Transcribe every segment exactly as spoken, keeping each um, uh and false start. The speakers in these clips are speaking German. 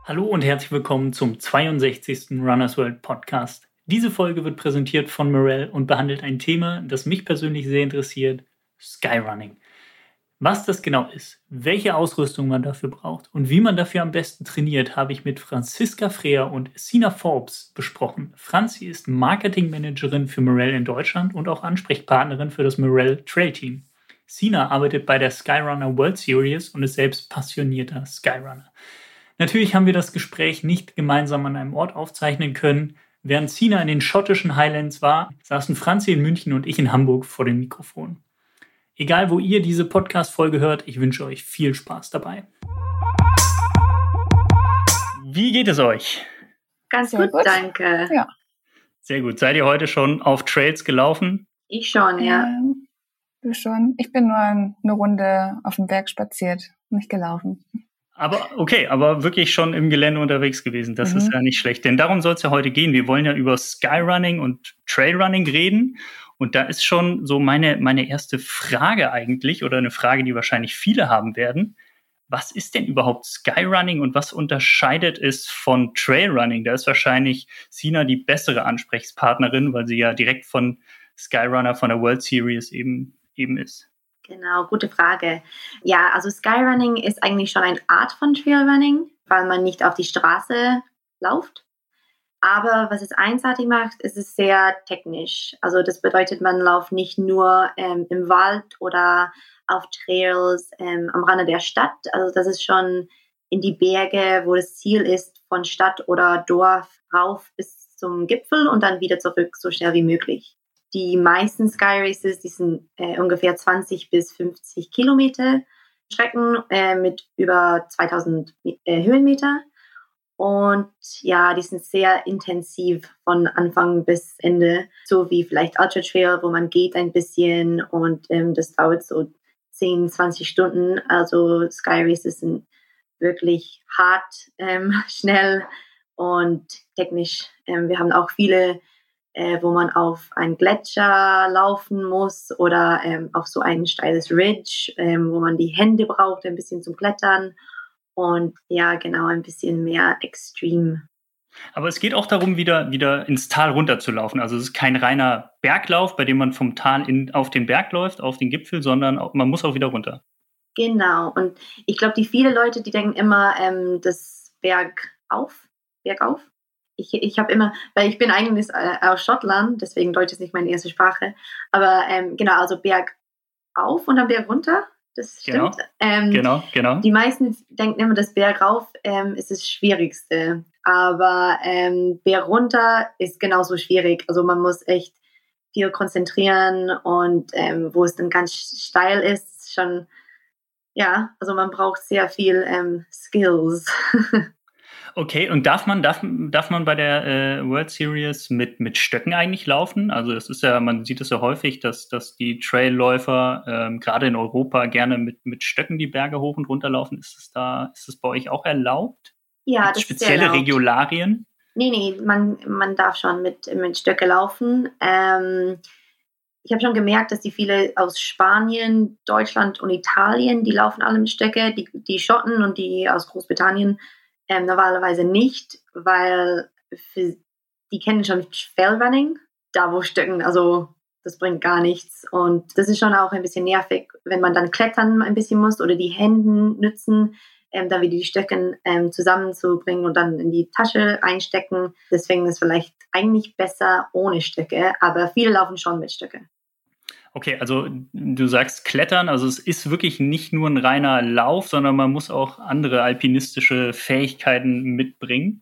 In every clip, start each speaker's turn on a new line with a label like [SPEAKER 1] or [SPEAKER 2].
[SPEAKER 1] Hallo und herzlich willkommen zum zweiundsechzigsten Runners World Podcast. Diese Folge wird präsentiert von Merrell und behandelt ein Thema, das mich persönlich sehr interessiert: Skyrunning. Was das genau ist, welche Ausrüstung man dafür braucht und wie man dafür am besten trainiert, habe ich mit Franziska Freer und Sina Forbes besprochen. Franzi ist Marketingmanagerin für Merrell in Deutschland und auch Ansprechpartnerin für das Merrell Trail Team. Sina arbeitet bei der Skyrunner World Series und ist selbst passionierter Skyrunner. Natürlich haben wir das Gespräch nicht gemeinsam an einem Ort aufzeichnen können. Während Sina in den schottischen Highlands war, saßen Franzi in München und ich in Hamburg vor dem Mikrofon. Egal, wo ihr diese Podcast-Folge hört, ich wünsche euch viel Spaß dabei. Wie geht es euch?
[SPEAKER 2] Ganz gut, gut, danke.
[SPEAKER 3] Ja.
[SPEAKER 1] Sehr gut. Seid ihr heute schon auf Trails gelaufen?
[SPEAKER 2] Ich schon, ja.
[SPEAKER 3] Ähm, du schon. Ich bin nur eine Runde auf dem Berg spaziert, nicht gelaufen.
[SPEAKER 1] Aber okay, aber wirklich schon im Gelände unterwegs gewesen. Das mhm. ist ja nicht schlecht, denn darum soll es ja heute gehen. Wir wollen ja über Skyrunning und Trailrunning reden. Und da ist schon so meine, meine erste Frage eigentlich, oder eine Frage, die wahrscheinlich viele haben werden. Was ist denn überhaupt Skyrunning und was unterscheidet es von Trailrunning? Da ist wahrscheinlich Sina die bessere Ansprechpartnerin, weil sie ja direkt von Skyrunner von der World Series eben, eben ist.
[SPEAKER 2] Genau, gute Frage. Ja, also Skyrunning ist eigentlich schon eine Art von Trailrunning, weil man nicht auf die Straße läuft. Aber was es einzigartig macht, ist es sehr technisch. Also das bedeutet, man läuft nicht nur ähm, im Wald oder auf Trails ähm, am Rande der Stadt. Also das ist schon in die Berge, wo das Ziel ist, von Stadt oder Dorf rauf bis zum Gipfel und dann wieder zurück, so schnell wie möglich. Die meisten Sky Races, die sind äh, ungefähr zwanzig bis fünfzig Kilometer Strecken äh, mit über zweitausend äh, Höhenmeter. Und ja, die sind sehr intensiv von Anfang bis Ende, so wie vielleicht Ultra Trail, wo man geht ein bisschen und ähm, das dauert so zehn, zwanzig Stunden. Also Sky Races sind wirklich hart, ähm, schnell und technisch. Ähm, wir haben auch viele, äh, wo man auf einen Gletscher laufen muss oder ähm, auf so ein steiles Ridge, ähm, wo man die Hände braucht, ein bisschen zum Klettern. Und ja, genau, ein bisschen mehr extrem.
[SPEAKER 1] Aber es geht auch darum, wieder, wieder ins Tal runterzulaufen. Also es ist kein reiner Berglauf, bei dem man vom Tal in, auf den Berg läuft, auf den Gipfel, sondern auch, man muss auch wieder runter.
[SPEAKER 2] Genau. Und ich glaube, die viele Leute, die denken immer, ähm, das Bergauf, Bergauf. Ich, ich habe immer, weil ich bin eigentlich äh, aus Schottland, deswegen Deutsch ist nicht meine erste Sprache. Aber ähm, genau, also Bergauf und dann Berg runter. Das stimmt.
[SPEAKER 1] Genau,
[SPEAKER 2] ähm,
[SPEAKER 1] genau, genau.
[SPEAKER 2] Die meisten denken immer, das Berg rauf ähm, ist das Schwierigste. Aber ähm, Berg runter ist genauso schwierig. Also man muss echt viel konzentrieren und ähm, wo es dann ganz steil ist, schon, ja, also man braucht sehr viel ähm, Skills.
[SPEAKER 1] Okay, und darf man, darf, darf man bei der äh, World Series mit, mit Stöcken eigentlich laufen? Also es ist ja, man sieht es ja häufig, dass, dass die Trailläufer ähm, gerade in Europa gerne mit, mit Stöcken die Berge hoch und runter laufen. Ist es da, ist es bei euch auch erlaubt?
[SPEAKER 2] Ja,
[SPEAKER 1] Gibt's
[SPEAKER 2] das
[SPEAKER 1] spezielle
[SPEAKER 2] ist erlaubt.
[SPEAKER 1] Regularien?
[SPEAKER 2] Nee, nee, man, man darf schon mit, mit Stöcke laufen. Ähm, ich habe schon gemerkt, dass die viele aus Spanien, Deutschland und Italien, die laufen alle mit Stöcke. Die, die Schotten und die aus Großbritannien Ähm, normalerweise nicht, weil für, die kennen schon Trailrunning, da wo Stöcken, also das bringt gar nichts. Und das ist schon auch ein bisschen nervig, wenn man dann klettern ein bisschen muss oder die Hände nützen, ähm, dann wieder die Stöcke ähm, zusammenzubringen und dann in die Tasche einstecken. Deswegen ist es vielleicht eigentlich besser ohne Stöcke, aber viele laufen schon mit Stöcke.
[SPEAKER 1] Okay, also du sagst Klettern, also es ist wirklich nicht nur ein reiner Lauf, sondern man muss auch andere alpinistische Fähigkeiten mitbringen.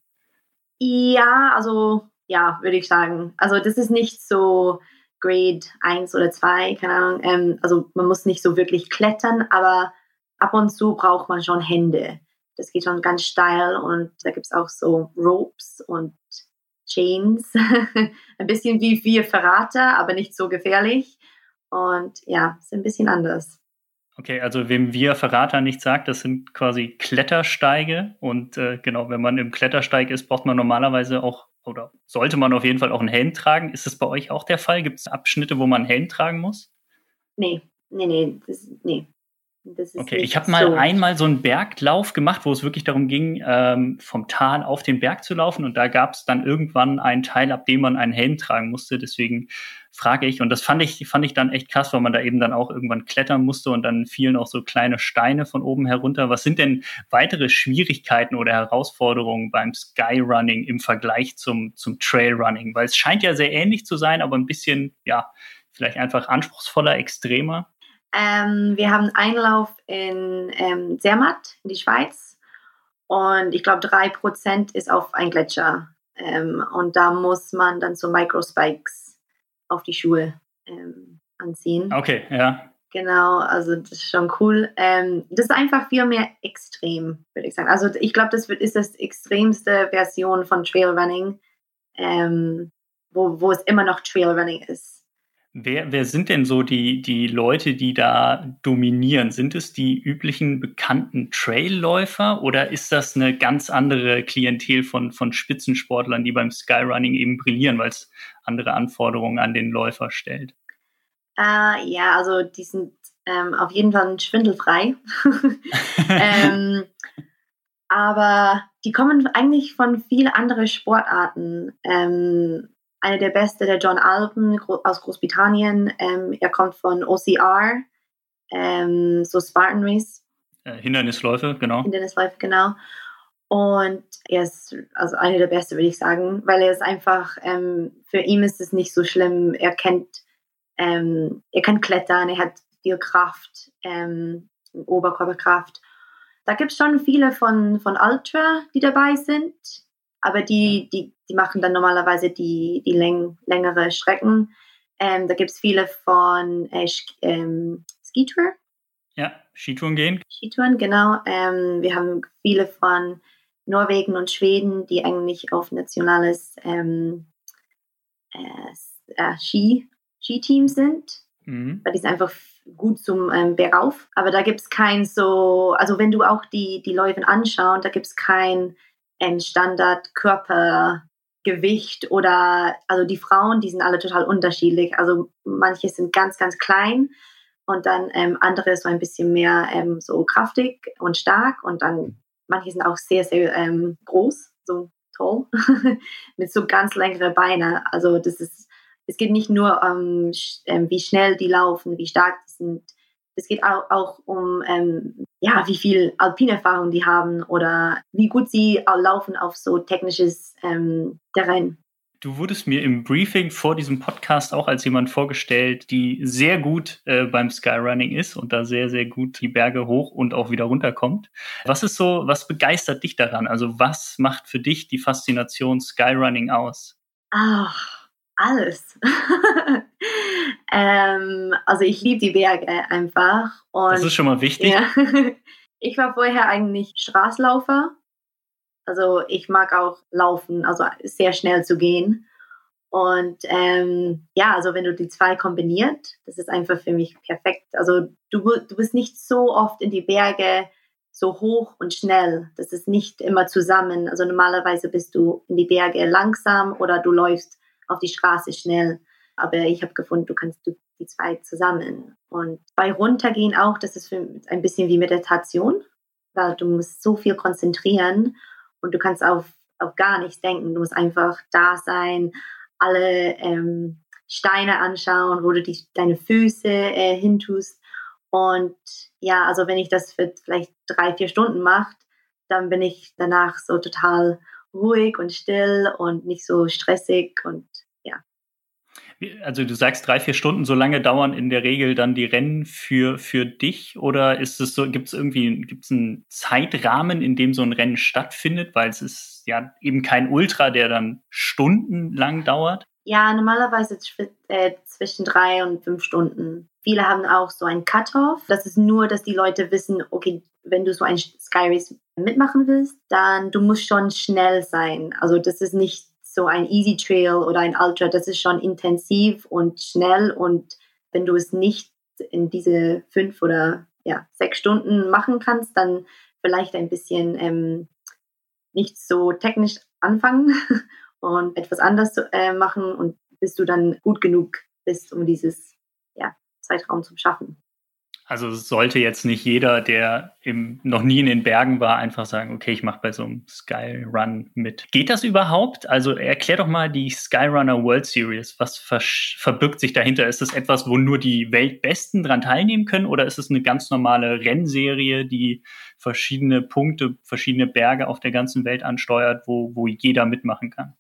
[SPEAKER 2] Ja, also ja, würde ich sagen. Also das ist nicht so Grade eins oder zwei, keine Ahnung. Ähm, also man muss nicht so wirklich klettern, aber ab und zu braucht man schon Hände. Das geht schon ganz steil und da gibt es auch so Ropes und Chains. Ein bisschen wie vier Verrater, aber nicht so gefährlich. Und ja, ist ein bisschen anders.
[SPEAKER 1] Okay, also wem Via Ferrata nicht sagt, das sind quasi Klettersteige. Und äh, genau, wenn man im Klettersteig ist, braucht man normalerweise auch, oder sollte man auf jeden Fall auch einen Helm tragen. Ist das bei euch auch der Fall? Gibt es Abschnitte, wo man einen Helm tragen muss?
[SPEAKER 2] Nee, nee, nee, das, nee. Das ist
[SPEAKER 1] Okay,
[SPEAKER 2] nicht
[SPEAKER 1] ich habe mal
[SPEAKER 2] so.
[SPEAKER 1] einmal so einen Berglauf gemacht, wo es wirklich darum ging, ähm, vom Tal auf den Berg zu laufen. Und da gab es dann irgendwann einen Teil, ab dem man einen Helm tragen musste. Deswegen frage ich. Und das fand ich, fand ich dann echt krass, weil man da eben dann auch irgendwann klettern musste und dann fielen auch so kleine Steine von oben herunter. Was sind denn weitere Schwierigkeiten oder Herausforderungen beim Skyrunning im Vergleich zum, zum Trailrunning? Weil es scheint ja sehr ähnlich zu sein, aber ein bisschen, ja, vielleicht einfach anspruchsvoller, extremer.
[SPEAKER 2] Ähm, wir haben einen Einlauf in ähm, Zermatt in die Schweiz und ich glaube drei Prozent ist auf ein Gletscher. Ähm, und da muss man dann so Microspikes auf die Schuhe ähm, anziehen.
[SPEAKER 1] Okay, ja.
[SPEAKER 2] Genau, also das ist schon cool. Ähm, das ist einfach viel mehr extrem, würde ich sagen. Also ich glaube, das wird, ist das extremste Version von Trailrunning, ähm, wo, wo es immer noch Trailrunning ist.
[SPEAKER 1] Wer, wer sind denn so die, die Leute, die da dominieren? Sind es die üblichen bekannten Trailläufer oder ist das eine ganz andere Klientel von, von Spitzensportlern, die beim Skyrunning eben brillieren, weil es andere Anforderungen an den Läufer stellt?
[SPEAKER 2] Äh, ja, also die sind ähm, auf jeden Fall schwindelfrei. ähm, aber die kommen eigentlich von vielen anderen Sportarten. Ähm, einer der Beste, der John Alban aus Großbritannien, ähm, er kommt von O C R, ähm, so Spartan Race.
[SPEAKER 1] Äh, Hindernisläufe, genau.
[SPEAKER 2] Hindernisläufe, genau. Und er ist also einer der Besten, würde ich sagen, weil er ist einfach, ähm, für ihn ist es nicht so schlimm. Er kennt, ähm, er kann klettern, er hat viel Kraft, ähm, Oberkörperkraft. Da gibt es schon viele von, von Ultra, die dabei sind, aber die, die, die machen dann normalerweise die, die läng, längere Strecken. Ähm, da gibt es viele von äh, ähm, Skitour.
[SPEAKER 1] Ja, Skitouren gehen.
[SPEAKER 2] Skitouren, genau. Ähm, wir haben viele von Norwegen und Schweden, die eigentlich auf nationales ähm, äh, äh, Ski, Skiteam sind. Mhm. Weil die sind einfach gut zum ähm, Bergauf. Aber da gibt es kein so, also wenn du auch die, die Läufe anschaust, da gibt es kein ähm, Standard-Körpergewicht oder, also die Frauen, die sind alle total unterschiedlich. Also manche sind ganz, ganz klein und dann ähm, andere so ein bisschen mehr ähm, so kraftig und stark und dann manche sind auch sehr, sehr ähm, groß, so toll, mit so ganz längeren Beinen. Also das ist, es geht nicht nur um, ähm, wie schnell die laufen, wie stark die sind. Es geht auch, auch um, ähm, ja, wie viel Alpinerfahrung die haben oder wie gut sie laufen auf so technisches ähm, Terrain.
[SPEAKER 1] Du wurdest mir im Briefing vor diesem Podcast auch als jemand vorgestellt, die sehr gut äh, beim Skyrunning ist und da sehr, sehr gut die Berge hoch und auch wieder runterkommt. Was ist so, was begeistert dich daran? Also was macht für dich die Faszination Skyrunning aus?
[SPEAKER 2] Ach, alles. ähm, also ich liebe die Berge einfach. Und,
[SPEAKER 1] das ist schon mal wichtig.
[SPEAKER 2] Ja, ich war vorher eigentlich Straßenläufer. Also ich mag auch laufen, also sehr schnell zu gehen. Und ähm, ja, also wenn du die zwei kombiniert, das ist einfach für mich perfekt. Also du, du bist nicht so oft in die Berge so hoch und schnell. Das ist nicht immer zusammen. Also normalerweise bist du in die Berge langsam oder du läufst auf die Straße schnell. Aber ich habe gefunden, du kannst die zwei zusammen. Und bei Runtergehen auch, das ist für ein bisschen wie Meditation, weil du musst so viel konzentrieren und du kannst auf, auf gar nichts denken. Du musst einfach da sein, alle ähm, Steine anschauen, wo du die, deine Füße äh, hintust. Und ja, also wenn ich das für vielleicht drei, vier Stunden mache, dann bin ich danach so total ruhig und still und nicht so stressig und ja.
[SPEAKER 1] Also du sagst drei, vier Stunden, so lange dauern in der Regel dann die Rennen für, für dich oder ist es so, gibt es irgendwie gibt's einen Zeitrahmen, in dem so ein Rennen stattfindet, weil es ist ja eben kein Ultra, der dann stundenlang dauert?
[SPEAKER 2] Ja, normalerweise äh, zwischen drei und fünf Stunden. Viele haben auch so einen Cut-Off. Das ist nur, dass die Leute wissen, okay, wenn du so ein Sky Race mitmachen willst, dann du musst schon schnell sein. Also das ist nicht so ein Easy Trail oder ein Ultra, das ist schon intensiv und schnell und wenn du es nicht in diese fünf oder ja, sechs Stunden machen kannst, dann vielleicht ein bisschen ähm, nicht so technisch anfangen und etwas anders äh, machen und bis du dann gut genug bist, um dieses ja, Zeitraum zu schaffen.
[SPEAKER 1] Also sollte jetzt nicht jeder, der im, noch nie in den Bergen war, einfach sagen, okay, ich mache bei so einem Skyrun mit. Geht das überhaupt? Also erklär doch mal die Skyrunner World Series. Was versch- verbirgt sich dahinter? Ist das etwas, wo nur die Weltbesten dran teilnehmen können, oder ist es eine ganz normale Rennserie, die verschiedene Punkte, verschiedene Berge auf der ganzen Welt ansteuert, wo, wo jeder mitmachen kann?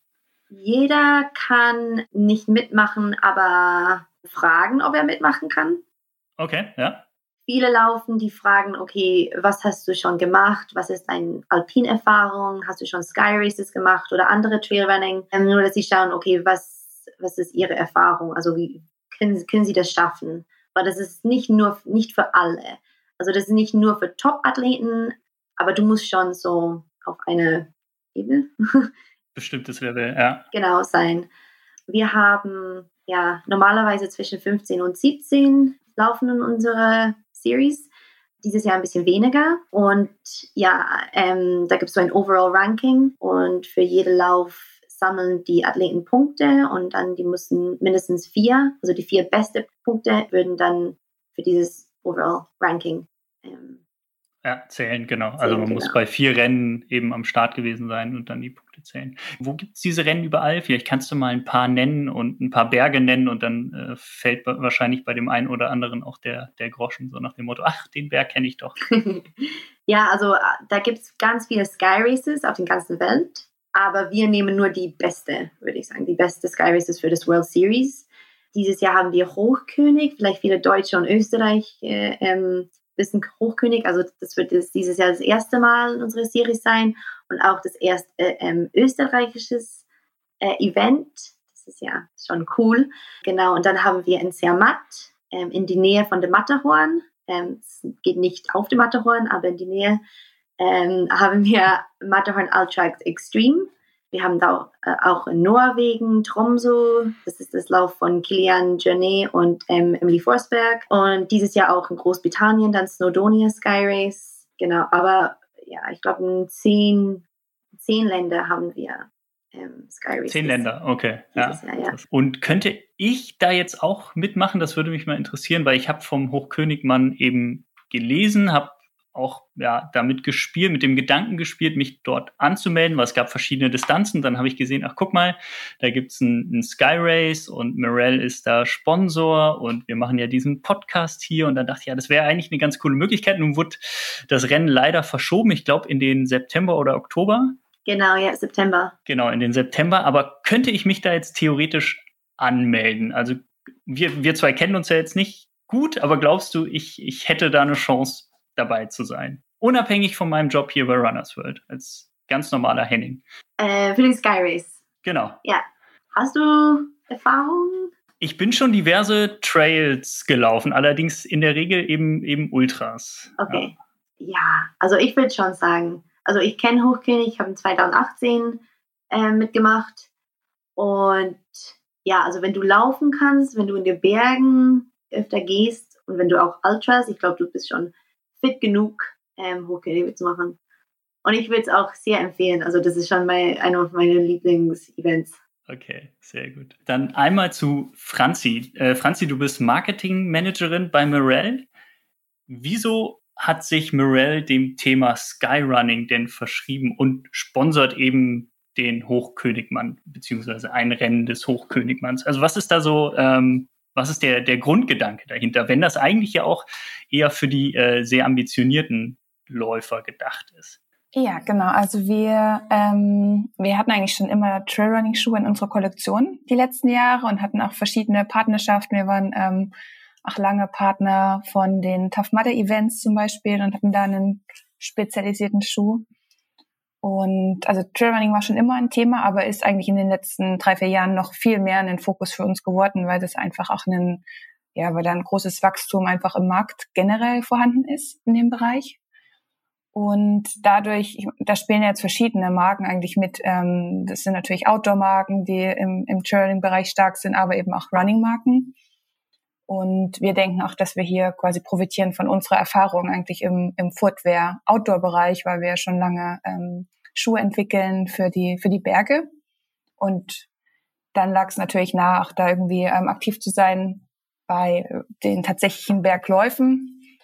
[SPEAKER 2] Jeder kann nicht mitmachen, aber fragen, ob er mitmachen kann.
[SPEAKER 1] Okay, ja.
[SPEAKER 2] Viele laufen, die fragen, okay, was hast du schon gemacht? Was ist deine Alpinerfahrung? Hast du schon Sky Races gemacht oder andere Trailrunning? Ähm, nur, dass sie schauen, okay, was, was ist ihre Erfahrung? Also wie können, können sie das schaffen? Weil das ist nicht nur, nicht für alle. Also das ist nicht nur für Top-Athleten, aber du musst schon so auf eine Ebene
[SPEAKER 1] Bestimmtes Level, ja.
[SPEAKER 2] Genau sein. Wir haben ja normalerweise zwischen fünfzehn und siebzehn laufen in unserer Series. Dieses Jahr ein bisschen weniger. Und ja, ähm, da gibt es so ein Overall-Ranking. Und für jeden Lauf sammeln die Athleten Punkte. Und dann, die müssen mindestens vier, also die vier besten Punkte, würden dann für dieses Overall-Ranking ähm,
[SPEAKER 1] Ja, zählen, genau.
[SPEAKER 2] Zählen,
[SPEAKER 1] also man
[SPEAKER 2] genau.
[SPEAKER 1] muss bei vier Rennen eben am Start gewesen sein und dann die Punkte zählen. Wo gibt es diese Rennen überall? Vielleicht kannst du mal ein paar nennen und ein paar Berge nennen, und dann äh, fällt wahrscheinlich bei dem einen oder anderen auch der, der Groschen, so nach dem Motto, ach, den Berg kenne ich doch.
[SPEAKER 2] Ja, also da gibt es ganz viele Sky Races auf der ganzen Welt, aber wir nehmen nur die beste, würde ich sagen, die beste Sky Races für das World Series. Dieses Jahr haben wir Hochkönig, vielleicht viele Deutsche und Österreich äh, ähm, wissen Hochkönig, also das wird das, dieses Jahr das erste Mal in unserer Serie sein und auch das erste äh, ähm, österreichisches äh, Event. Das ist ja schon cool. Genau, und dann haben wir in Zermatt, ähm, in die Nähe von dem Matterhorn. Ähm, es geht nicht auf dem Matterhorn, aber in die Nähe ähm, haben wir Matterhorn Ultra Extreme. Wir haben da äh, auch in Norwegen, Tromsø, das ist das Lauf von Kilian Jornet und ähm, Emily Forsberg. Und dieses Jahr auch in Großbritannien, dann Snowdonia Sky Race. Genau, aber ja, ich glaube, in zehn, zehn Länder haben wir ähm, Sky Race.
[SPEAKER 1] Zehn Länder, okay. Ja.
[SPEAKER 2] Jahr, ja.
[SPEAKER 1] Und könnte ich da jetzt auch mitmachen? Das würde mich mal interessieren, weil ich habe vom Hochkönigmann eben gelesen, habe auch ja damit gespielt, mit dem Gedanken gespielt, mich dort anzumelden, weil es gab verschiedene Distanzen. Dann habe ich gesehen, ach guck mal, da gibt's ein, ein Sky Race und Merrell ist da Sponsor und wir machen ja diesen Podcast hier. Und dann dachte ich, ja, das wäre eigentlich eine ganz coole Möglichkeit. Nun wurde das Rennen leider verschoben, ich glaube in den September oder Oktober.
[SPEAKER 2] Genau, ja, September.
[SPEAKER 1] Genau, in den September. Aber könnte ich mich da jetzt theoretisch anmelden? Also wir, wir zwei kennen uns ja jetzt nicht gut, aber glaubst du, ich, ich hätte da eine Chance, dabei zu sein? Unabhängig von meinem Job hier bei Runners World, als ganz normaler Henning.
[SPEAKER 2] Äh, für den Sky Race.
[SPEAKER 1] Genau.
[SPEAKER 2] Ja. Hast du Erfahrung?
[SPEAKER 1] Ich bin schon diverse Trails gelaufen, allerdings in der Regel eben, eben Ultras.
[SPEAKER 2] Okay. Ja, ja, also ich würde schon sagen, also ich kenne Hochkönig, ich habe zwanzig achtzehn äh, mitgemacht. Und ja, also wenn du laufen kannst, wenn du in den Bergen öfter gehst und wenn du auch Ultras, ich glaube, du bist schon fit genug, ähm, Hochkönig mitzumachen. Und ich würde es auch sehr empfehlen. Also das ist schon mein, einer meiner Lieblings-Events.
[SPEAKER 1] Okay, sehr gut. Dann einmal zu Franzi. Äh, Franzi, du bist Marketingmanagerin bei Merrell. Wieso hat sich Merrell dem Thema Skyrunning denn verschrieben und sponsert eben den Hochkönigmann, beziehungsweise ein Rennen des Hochkönigmanns? Also was ist da so, ähm, was ist der, der Grundgedanke dahinter, wenn das eigentlich ja auch eher für die äh, sehr ambitionierten Läufer gedacht ist?
[SPEAKER 3] Ja, genau. Also wir ähm, wir hatten eigentlich schon immer Trailrunning-Schuhe in unserer Kollektion die letzten Jahre und hatten auch verschiedene Partnerschaften. Wir waren ähm, auch lange Partner von den Tough Mudder Events zum Beispiel und hatten da einen spezialisierten Schuh. Und also Trailrunning war schon immer ein Thema, aber ist eigentlich in den letzten drei, vier Jahren noch viel mehr ein Fokus für uns geworden, weil das einfach auch ein, ja, weil da ein großes Wachstum einfach im Markt generell vorhanden ist in dem Bereich. Und dadurch, da spielen jetzt verschiedene Marken eigentlich mit. Ähm, das sind natürlich Outdoor-Marken, die im, im Trailrunning-Bereich stark sind, aber eben auch Running-Marken. Und wir denken auch, dass wir hier quasi profitieren von unserer Erfahrung eigentlich im, im Footwear-Outdoor-Bereich, weil wir schon lange ähm, Schuhe entwickeln für die für die Berge. Und dann lag es natürlich nahe, auch da irgendwie ähm, aktiv zu sein bei den tatsächlichen Bergläufen.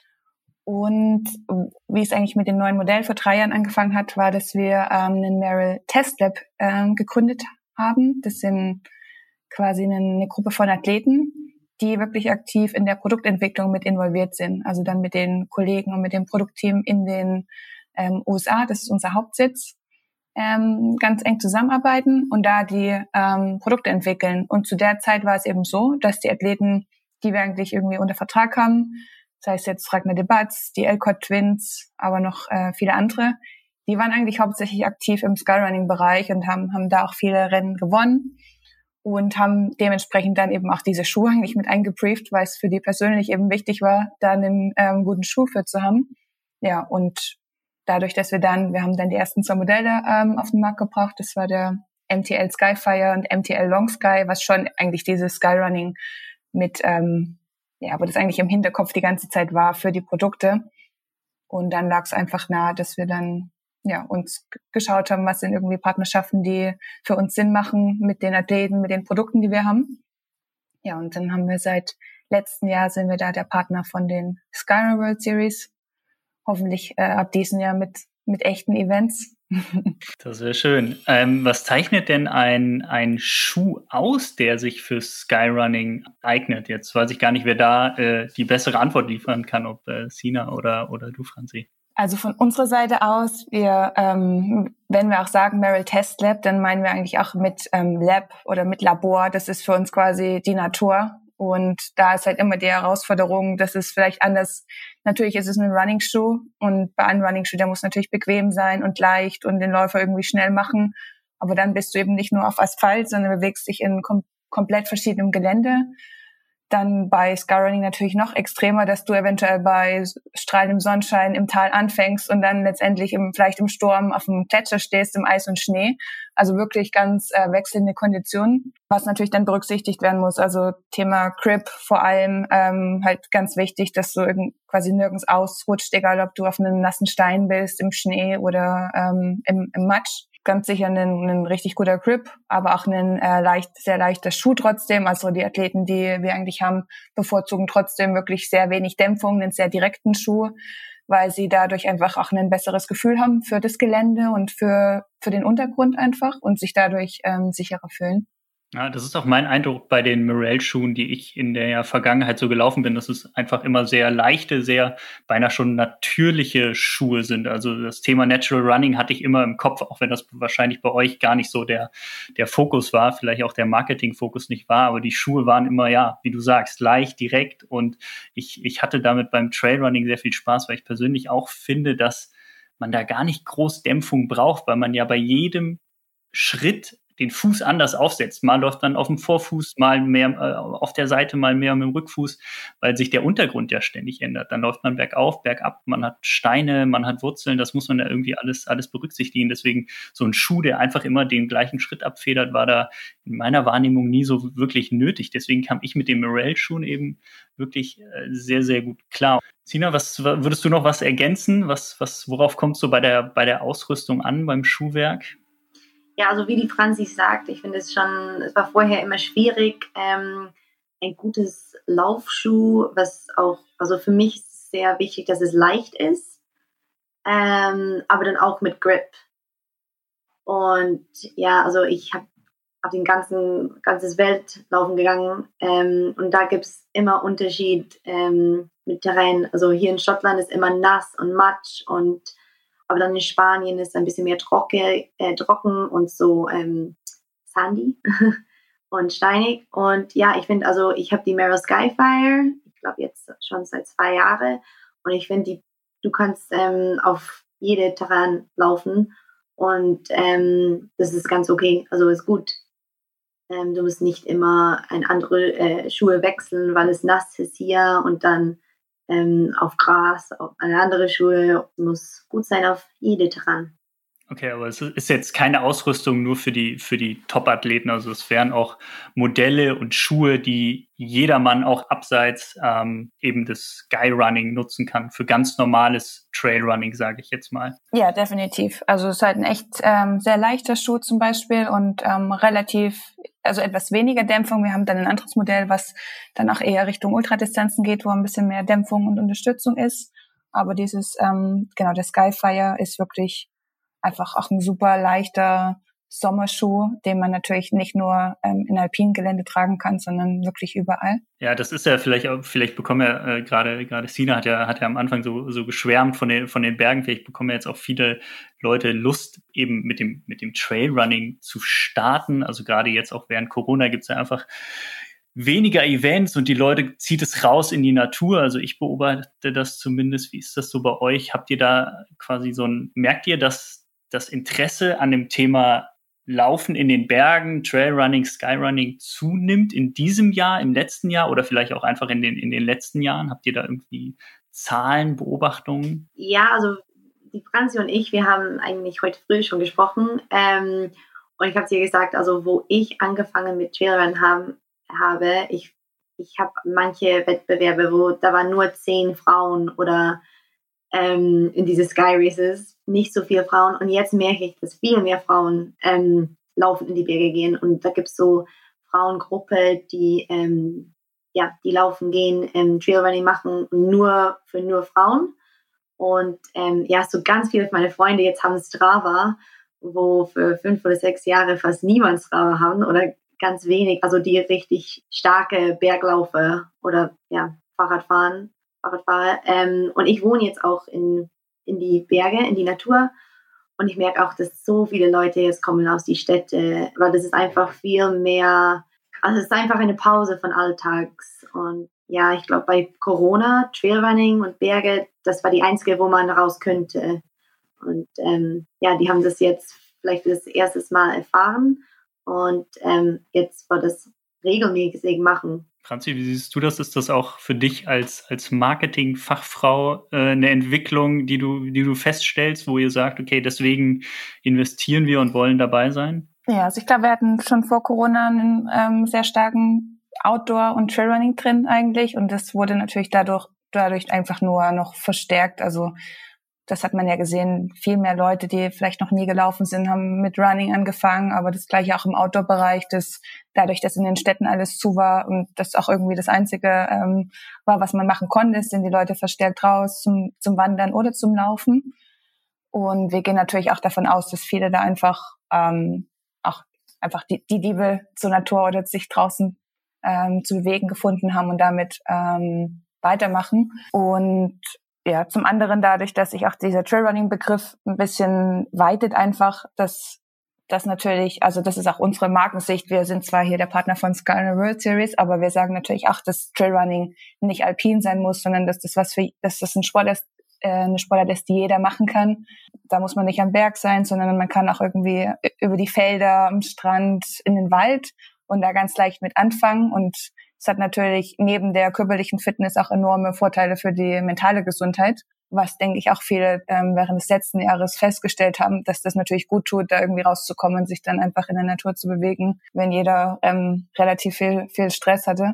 [SPEAKER 3] Und wie es eigentlich mit dem neuen Modell vor drei Jahren angefangen hat, war, dass wir ähm, einen Merrell Test Lab ähm, gegründet haben. Das sind quasi eine, eine Gruppe von Athleten, die wirklich aktiv in der Produktentwicklung mit involviert sind. Also dann mit den Kollegen und mit dem Produktteam in den ähm, U S A, das ist unser Hauptsitz, ähm, ganz eng zusammenarbeiten und da die ähm, Produkte entwickeln. Und zu der Zeit war es eben so, dass die Athleten, die wir eigentlich irgendwie unter Vertrag haben, das heißt jetzt Ragnar Debatz, die Elcott Twins, aber noch äh, viele andere, die waren eigentlich hauptsächlich aktiv im Skyrunning-Bereich und haben, haben da auch viele Rennen gewonnen und haben dementsprechend dann eben auch diese Schuhe eigentlich mit eingebrieft, weil es für die persönlich eben wichtig war, da einen ähm, guten Schuh für zu haben. Ja, und dadurch, dass wir dann, wir haben dann die ersten zwei Modelle ähm, auf den Markt gebracht, das war der M T L Skyfire und M T L Long Sky, was schon eigentlich dieses Skyrunning mit ähm, ja, aber das eigentlich im Hinterkopf die ganze Zeit war für die Produkte. Und dann lag es einfach nahe, dass wir dann ja uns g- geschaut haben, was sind irgendwie Partnerschaften, die für uns Sinn machen mit den Athleten, mit den Produkten, die wir haben. Ja, und dann haben wir seit letztem Jahr sind wir da der Partner von den Skyrunning World Series. Hoffentlich äh, ab diesem Jahr mit mit echten Events.
[SPEAKER 1] Das wäre schön. Ähm, was zeichnet denn ein, ein Schuh aus, der sich für Skyrunning eignet? Jetzt weiß ich gar nicht, wer da äh, die bessere Antwort liefern kann, ob äh, Sina oder, oder du, Franzi.
[SPEAKER 3] Also von unserer Seite aus, wir, ähm, wenn wir auch sagen Merrell Test Lab, dann meinen wir eigentlich auch mit ähm, Lab oder mit Labor. Das ist für uns quasi die Natur. Und da ist halt immer die Herausforderung, dass es vielleicht anders, natürlich ist es ein Running-Schuh und bei einem Running-Schuh, der muss natürlich bequem sein und leicht und den Läufer irgendwie schnell machen. Aber dann bist du eben nicht nur auf Asphalt, sondern bewegst dich in kom- komplett verschiedenem Gelände. Dann bei Skyrunning natürlich noch extremer, dass du eventuell bei strahlendem Sonnenschein im Tal anfängst und dann letztendlich im, vielleicht im Sturm auf dem Gletscher stehst, im Eis und Schnee. Also wirklich ganz äh, wechselnde Konditionen, was natürlich dann berücksichtigt werden muss. Also Thema Grip vor allem, ähm, halt ganz wichtig, dass du irgend, quasi nirgends ausrutscht, egal ob du auf einem nassen Stein bist, im Schnee oder ähm, im, im Matsch. Ganz sicher ein, ein richtig guter Grip, aber auch ein äh, leicht, sehr leichter Schuh trotzdem. Also die Athleten, die wir eigentlich haben, bevorzugen trotzdem wirklich sehr wenig Dämpfung, einen sehr direkten Schuh, weil sie dadurch einfach auch ein besseres Gefühl haben für das Gelände und für für den Untergrund einfach und sich dadurch ähm, sicherer fühlen.
[SPEAKER 1] Ja, das ist auch mein Eindruck bei den Merrell-Schuhen, die ich in der Vergangenheit so gelaufen bin, dass es einfach immer sehr leichte, sehr beinahe schon natürliche Schuhe sind. Also das Thema Natural Running hatte ich immer im Kopf, auch wenn das wahrscheinlich bei euch gar nicht so der, der Fokus war, vielleicht auch der Marketing-Fokus nicht war, aber die Schuhe waren immer, ja, wie du sagst, leicht, direkt und ich, ich hatte damit beim Trailrunning sehr viel Spaß, weil ich persönlich auch finde, dass man da gar nicht groß Dämpfung braucht, weil man ja bei jedem Schritt den Fuß anders aufsetzt. Mal läuft man auf dem Vorfuß, mal mehr äh, auf der Seite, mal mehr mit dem Rückfuß, weil sich der Untergrund ja ständig ändert. Dann läuft man bergauf, bergab, man hat Steine, man hat Wurzeln, das muss man ja irgendwie alles, alles berücksichtigen. Deswegen so ein Schuh, der einfach immer den gleichen Schritt abfedert, war da in meiner Wahrnehmung nie so wirklich nötig. Deswegen kam ich mit den Merrell-Schuhen eben wirklich äh, sehr, sehr gut klar. Sina, was würdest du noch was ergänzen? Was, was, worauf kommt es so bei der, bei der Ausrüstung an, beim Schuhwerk?
[SPEAKER 2] Ja, also wie die Franzi sagt, ich finde es schon, es war vorher immer schwierig, ähm, ein gutes Laufschuh, was auch, also für mich ist es sehr wichtig, dass es leicht ist, ähm, aber dann auch mit Grip. Und ja, also ich habe auf den ganzen ganzes Welt laufen gegangen ähm, und da gibt es immer Unterschied ähm, mit Terrain. Also hier in Schottland ist immer nass und Matsch und aber dann in Spanien ist es ein bisschen mehr trocken, äh, trocken und so ähm, sandy und steinig. Und ja, ich finde, also ich habe die Merrell Skyfire, ich glaube jetzt schon seit zwei Jahren. Und ich finde, die, du kannst ähm, auf jede Terrain laufen und ähm, das ist ganz okay, also ist gut. Ähm, du musst nicht immer ein andere äh, Schuhe wechseln, weil es nass ist hier und dann ähm, auf Gras, auf eine andere Schuhe, muss gut sein auf jede Terrain.
[SPEAKER 1] Okay, aber es ist jetzt keine Ausrüstung nur für die, für die Top-Athleten. Also es wären auch Modelle und Schuhe, die jedermann auch abseits ähm, eben des Skyrunning nutzen kann. Für ganz normales Trailrunning, sage ich jetzt mal.
[SPEAKER 3] Ja, definitiv. Also es ist halt ein echt ähm, sehr leichter Schuh zum Beispiel und ähm, relativ, also etwas weniger Dämpfung. Wir haben dann ein anderes Modell, was dann auch eher Richtung Ultradistanzen geht, wo ein bisschen mehr Dämpfung und Unterstützung ist. Aber dieses, ähm, genau, der Skyfire ist wirklich einfach auch ein super leichter Sommerschuh, den man natürlich nicht nur ähm, in alpinen Gelände tragen kann, sondern wirklich überall.
[SPEAKER 1] Ja, das ist ja vielleicht auch, vielleicht bekommen ja äh, gerade gerade Sina hat ja hat ja am Anfang so so geschwärmt von den von den Bergen. Vielleicht bekommen ja jetzt auch viele Leute Lust, eben mit dem mit dem Trailrunning zu starten. Also gerade jetzt auch während Corona gibt's ja einfach weniger Events und die Leute zieht es raus in die Natur. Also ich beobachte das zumindest. Wie ist das so bei euch? Habt ihr da quasi so ein, merkt ihr, dass das Interesse an dem Thema Laufen in den Bergen, Trailrunning, Skyrunning zunimmt in diesem Jahr, im letzten Jahr oder vielleicht auch einfach in den, in den letzten Jahren? Habt ihr da irgendwie Zahlen, Beobachtungen?
[SPEAKER 2] Ja, also die Franzi und ich, wir haben eigentlich heute früh schon gesprochen ähm, und ich habe dir gesagt, also wo ich angefangen mit Trailrun haben, habe, ich, ich habe manche Wettbewerbe, wo da waren nur zehn Frauen oder ähm, in diese Sky Races nicht so viele Frauen und jetzt merke ich, dass viel mehr Frauen ähm, laufen in die Berge gehen und da gibt es so Frauengruppe, die ähm, ja, die laufen gehen, ähm, Trailrunning machen nur für nur Frauen und ähm, ja, so ganz viele meiner Freunde jetzt haben Strava, wo für fünf oder sechs Jahre fast niemand Strava haben oder ganz wenig, also die richtig starke Berglaufer oder ja, Fahrradfahren, Fahrradfahrer. Ähm, und ich wohne jetzt auch in, in die Berge, in die Natur. Und ich merke auch, dass so viele Leute jetzt kommen aus die Städte, weil das ist einfach viel mehr, also es ist einfach eine Pause von Alltags. Und ja, ich glaube, bei Corona, Trailrunning und Berge, das war die einzige, wo man raus könnte. Und ähm, ja, die haben das jetzt vielleicht das erste Mal erfahren. Und ähm, jetzt war das regelmäßig machen.
[SPEAKER 1] Franzi, wie siehst du das? Ist das auch für dich als, als Marketing-Fachfrau äh, eine Entwicklung, die du, die du feststellst, wo ihr sagt, okay, deswegen investieren wir und wollen dabei sein?
[SPEAKER 3] Ja, also ich glaube, wir hatten schon vor Corona einen ähm, sehr starken Outdoor- und Trailrunning-Trend eigentlich und das wurde natürlich dadurch, dadurch einfach nur noch verstärkt. Also das hat man ja gesehen, viel mehr Leute, die vielleicht noch nie gelaufen sind, haben mit Running angefangen, aber das gleiche auch im Outdoor-Bereich, das dadurch, dass in den Städten alles zu war und das auch irgendwie das Einzige ähm, war, was man machen konnte, sind die Leute verstärkt raus zum, zum Wandern oder zum Laufen. Und wir gehen natürlich auch davon aus, dass viele da einfach ähm, auch einfach die, die Liebe zur Natur oder sich draußen ähm, zu bewegen gefunden haben und damit ähm, weitermachen. Und ja, zum anderen dadurch, dass sich auch dieser Trailrunning-Begriff ein bisschen weitet einfach, dass das natürlich, also das ist auch unsere Markensicht. Wir sind zwar hier der Partner von Skyrunning World Series, aber wir sagen natürlich auch, dass Trailrunning nicht alpin sein muss, sondern dass das was für, dass das ein Sport ist, äh, eine Sportart ist, die jeder machen kann. Da muss man nicht am Berg sein, sondern man kann auch irgendwie über die Felder, am Strand, in den Wald und da ganz leicht mit anfangen. Und es hat natürlich neben der körperlichen Fitness auch enorme Vorteile für die mentale Gesundheit, was, denke ich, auch viele ähm, während des letzten Jahres festgestellt haben, dass das natürlich gut tut, da irgendwie rauszukommen und sich dann einfach in der Natur zu bewegen, wenn jeder ähm, relativ viel viel Stress hatte.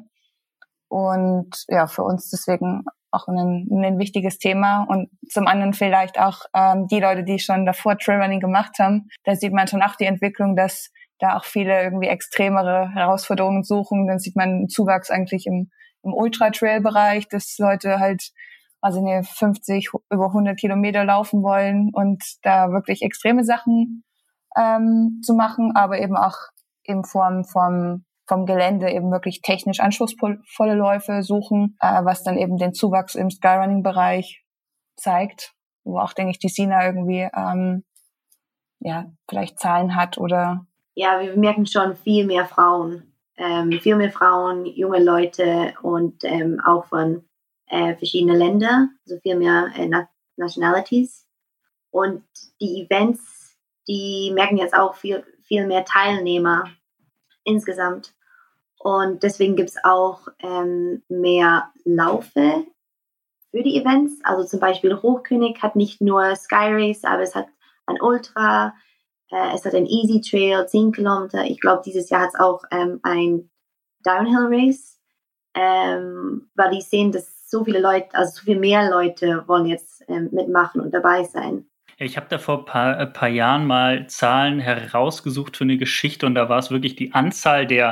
[SPEAKER 3] Und ja, für uns deswegen auch ein, ein wichtiges Thema. Und zum anderen vielleicht auch ähm, die Leute, die schon davor Trailrunning gemacht haben, da sieht man schon auch die Entwicklung, dass da auch viele irgendwie extremere Herausforderungen suchen. Dann sieht man einen Zuwachs eigentlich im, im Ultra-Trail-Bereich, dass Leute halt, also ne, fünfzig, über hundert Kilometer laufen wollen und da wirklich extreme Sachen ähm, zu machen, aber eben auch in Form vom, vom Gelände eben wirklich technisch anspruchsvolle Läufe suchen, äh, was dann eben den Zuwachs im Skyrunning-Bereich zeigt, wo auch, denke ich, die Sina irgendwie ähm, ja vielleicht Zahlen hat oder
[SPEAKER 2] ja, wir merken schon viel mehr Frauen, ähm, viel mehr Frauen, junge Leute und ähm, auch von äh, verschiedenen Ländern, also viel mehr äh, Na- Nationalities. Und die Events, die merken jetzt auch viel, viel mehr Teilnehmer insgesamt. Und deswegen gibt es auch ähm, mehr Laufe für die Events. Also zum Beispiel Hochkönig hat nicht nur Sky Race, aber es hat ein Ultra, es hat ein Easy Trail, zehn Kilometer. Ich glaube, dieses Jahr hat es auch ähm, ein Downhill Race, ähm, weil die sehen, dass so viele Leute, also so viel mehr Leute wollen jetzt ähm, mitmachen und dabei sein.
[SPEAKER 1] Ich habe da vor ein paar, ein paar Jahren mal Zahlen herausgesucht für eine Geschichte und da war es wirklich die Anzahl der,